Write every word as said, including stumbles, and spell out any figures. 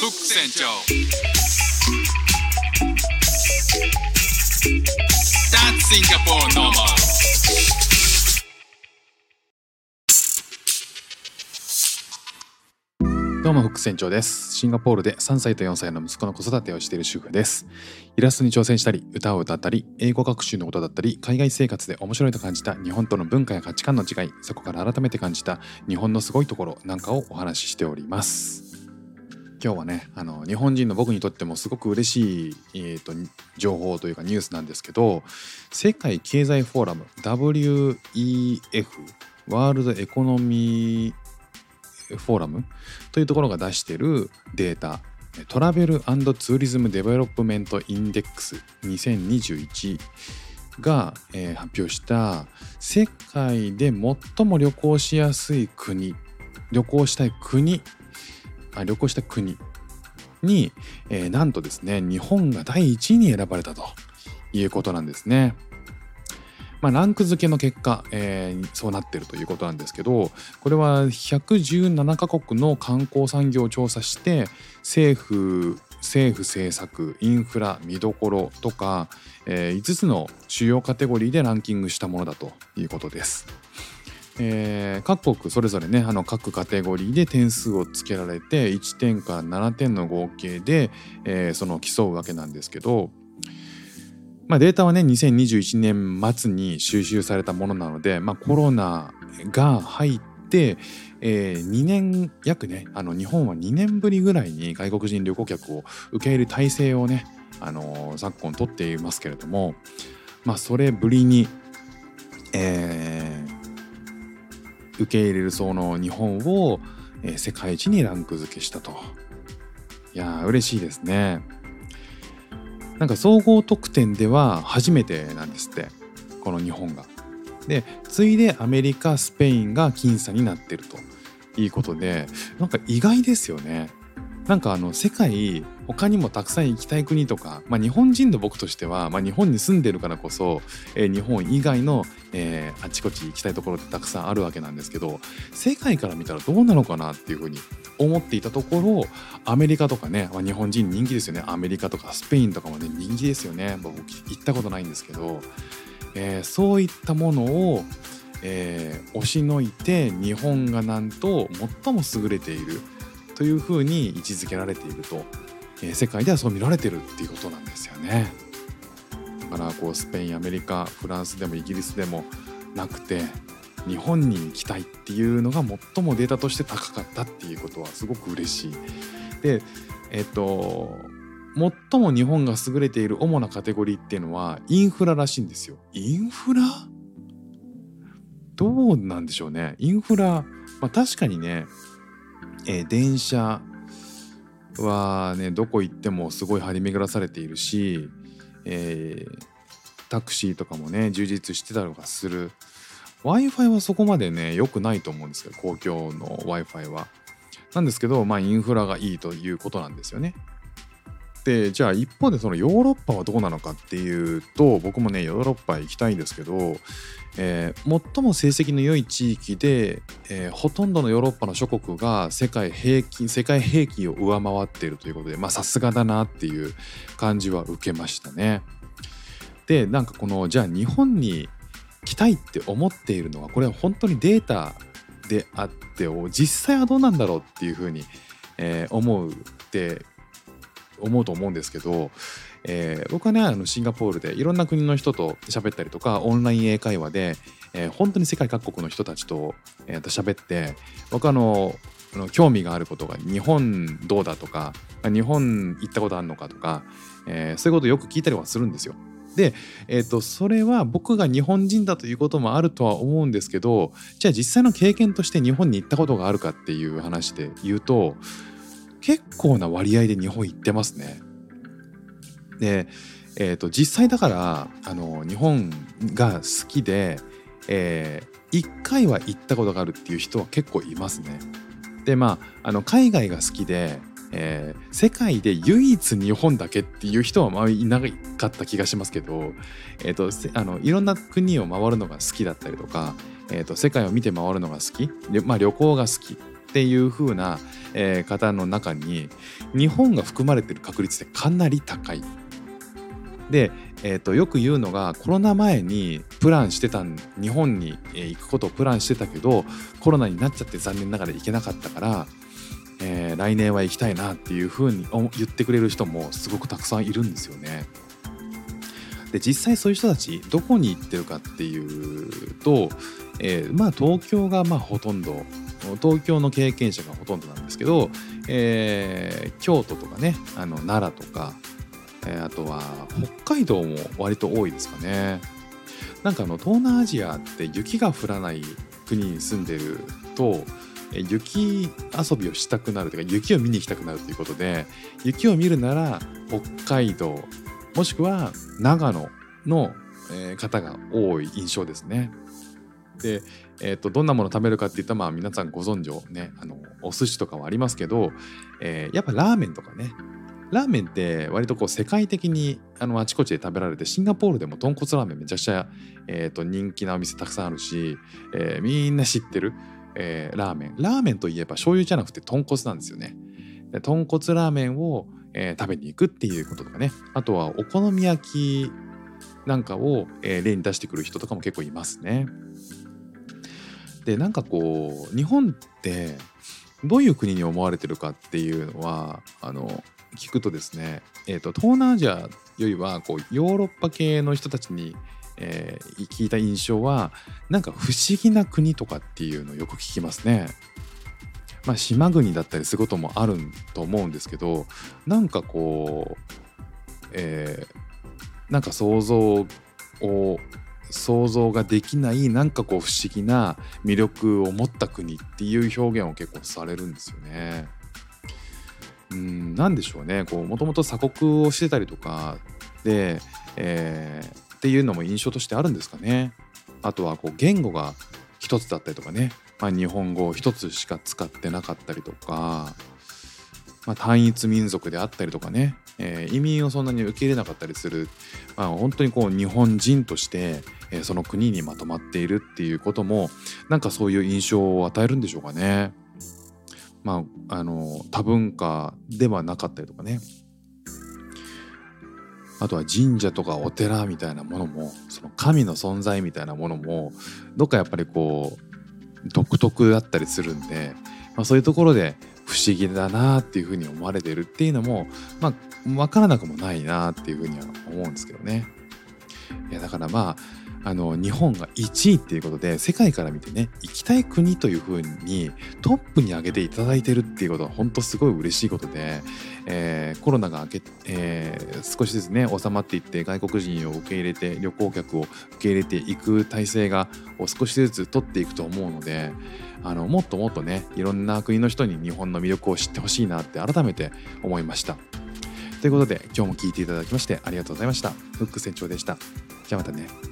ク船長 That's Singapore normal。 どうもフック船長です。シンガポールでさんさいとよんさいの息子の子育てをしている主婦です。イラストに挑戦したり、歌を歌ったり、英語学習のことだったり、海外生活で面白いと感じた日本との文化や価値観の違い、そこから改めて感じた日本のすごいところなんかをお話ししております。今日はね、あの日本人の僕にとってもすごく嬉しい、えーと、情報というかニュースなんですけど、世界経済フォーラム ダブリューイーエフ ワールドエコノミーフォーラムというところが出しているデータ、トラベル&ツーリズムデベロップメントインデックスにせんにじゅういちが、えー、発表した世界で最も旅行しやすい国、旅行したい国あ旅行した国に、えー、なんとですね、日本がだいいちいに選ばれたということなんですね。まあ、ランク付けの結果、えー、そうなっているということなんですけど、これはひゃくじゅうななカ国の観光産業を調査して政府政府政策、インフラ、見どころとか、えー、いつつの主要カテゴリーでランキングしたものだということです。えー、各国それぞれね、あの各カテゴリーで点数をつけられていってんからななてんの合計で、えー、その競うわけなんですけど、まあ、データはねにせんにじゅういちねん末に収集されたものなので、まあ、コロナが入って、えー、にねん約ね、あの日本はにねんぶりぐらいに外国人旅行客を受け入れる体制をね、あのー、昨今取っていますけれども、まあ、それぶりに、えー、受け入れるその日本を、えー、世界一にランク付けしたと。いやー嬉しいですね。なんか総合得点では初めてなんですって、この日本が。で、次いでアメリカ、スペインが僅差になってるということで、なんか意外ですよね。なんかあの世界他にもたくさん行きたい国とか、まあ、日本人の僕としては、まあ、日本に住んでるからこそ、えー、日本以外の、えー、あちこち行きたいところってたくさんあるわけなんですけど、世界から見たらどうなのかなっていうふうに思っていたところ、アメリカとかね、まあ、日本人人気ですよね。アメリカとかスペインとかもね人気ですよね。僕行ったことないんですけど、えー、そういったものを、えー、押しのいて日本がなんと最も優れているというふうに位置づけられていると、えー、世界ではそう見られてるっていうことなんですよね。だからこうスペイン、アメリカ、フランスでもイギリスでもなくて、日本に行きたいっていうのが最もデータとして高かったっていうことはすごく嬉しい。で、えっと最も日本が優れている主なカテゴリーっていうのはインフラらしいんですよ。インフラ？どうなんでしょうね。インフラ、まあ、確かにね、えー、電車はねどこ行ってもすごい張り巡らされているし、えー、タクシーとかもね充実してたりとかする。 Wi-Fi はそこまでね良くないと思うんですけど、公共の Wi-Fi はなんですけど、まあインフラがいいということなんですよね。で、じゃあ一方でそのヨーロッパはどうなのかっていうと、僕もねヨーロッパ行きたいんですけど、えー、最も成績の良い地域で、えー、ほとんどのヨーロッパの諸国が世界平均世界平均を上回っているということで、まあさすがだなっていう感じは受けましたね。で、なんかこのじゃあ日本に来たいって思っているのは、これは本当にデータであって実際はどうなんだろうっていうふうに、えー、思うって思うと思うんですけど、えー、僕はねあのシンガポールでいろんな国の人と喋ったりとか、オンライン英会話で、えー、本当に世界各国の人たちと、えー、と喋って、僕はあの興味があることが日本どうだとか、日本行ったことあるのかとか、えー、そういうことをよく聞いたりはするんですよ。で、えーと、それは僕が日本人だということもあるとは思うんですけど、じゃあ実際の経験として日本に行ったことがあるかっていう話で言うと、結構な割合で日本行ってますね。で、えーと、実際だからあの日本が好きで、えー、いっかいは行ったことがあるっていう人は結構いますね。で、まあ、あの海外が好きで、えー、世界で唯一日本だけっていう人はまあいなかった気がしますけど、えーと、あのいろんな国を回るのが好きだったりとか、えーと、世界を見て回るのが好きで、まあ、旅行が好きっていう風な、えー方の中に日本が含まれてる確率ってかなり高い。で、えーと、よく言うのがコロナ前にプランしてたん日本に、えー行くことをプランしてたけどコロナになっちゃって残念ながら行けなかったから、えー来年は行きたいなっていう風にお言ってくれる人もすごくたくさんいるんですよね。で実際そういう人たちどこに行ってるかっていうと、えーまあ東京がまあほとんど東京の経験者がほとんどなんですけど、えー京都とかねあの奈良とか、えーあとは北海道も割と多いですかね。なんかあの東南アジアって雪が降らない国に住んでるとえ雪遊びをしたくなるというか雪を見に行きたくなるということで雪を見るなら北海道もしくは長野の、えー方が多い印象ですね。で、えーとどんなもの食べるかって言ったらまあ皆さんご存知ねあのお寿司とかはありますけど、えーやっぱラーメンとかねラーメンって割とこう世界的にあのあちこちで食べられてシンガポールでも豚骨ラーメンめちゃくちゃ、えーと人気なお店たくさんあるし、えーみんな知ってる、えーラーメンラーメンといえば醤油じゃなくて豚骨なんですよね。で豚骨ラーメンを、えー食べに行くっていうこととかねあとはお好み焼きなんかを、えー例に出してくる人とかも結構いますね。でなんかこう日本ってどういう国に思われてるかっていうのはあの聞くとですね、えーと東南アジアよりはこうヨーロッパ系の人たちに、えー聞いた印象はなんか不思議な国とかっていうのをよく聞きますね。まあ島国だったりすることもあると思うんですけどなんかこう、えーなんか想像を想像ができないなんかこう不思議な魅力を持った国っていう表現を結構されるんですよね。うーんなんでしょうねこうもともと鎖国をしてたりとかで、えーっていうのも印象としてあるんですかね。あとはこう言語が一つだったりとかね、まあ、日本語を一つしか使ってなかったりとか、まあ、単一民族であったりとかね、えー移民をそんなに受け入れなかったりする、まあ、本当にこう日本人として、えーその国にまとまっているっていうこともなんかそういう印象を与えるんでしょうかね。まああの多文化ではなかったりとかねあとは神社とかお寺みたいなものもその神の存在みたいなものもどっかやっぱりこう独特だったりするんで、まあ、そういうところで不思議だなっていうふうに思われてるっていうのもまあ分からなくもないなっていうふうには思うんですけどね。いやだからまああの日本がいちいっていうことで世界から見てね行きたい国というふうにトップに挙げていただいてるっていうことは本当すごい嬉しいことで、えーコロナが明け、えー少しずつね収まっていって外国人を受け入れて旅行客を受け入れていく体制が少しずつ取っていくと思うのであのもっともっとねいろんな国の人に日本の魅力を知ってほしいなって改めて思いました。ということで今日も聞いていただきましてありがとうございました。フック船長でした。じゃあまたね。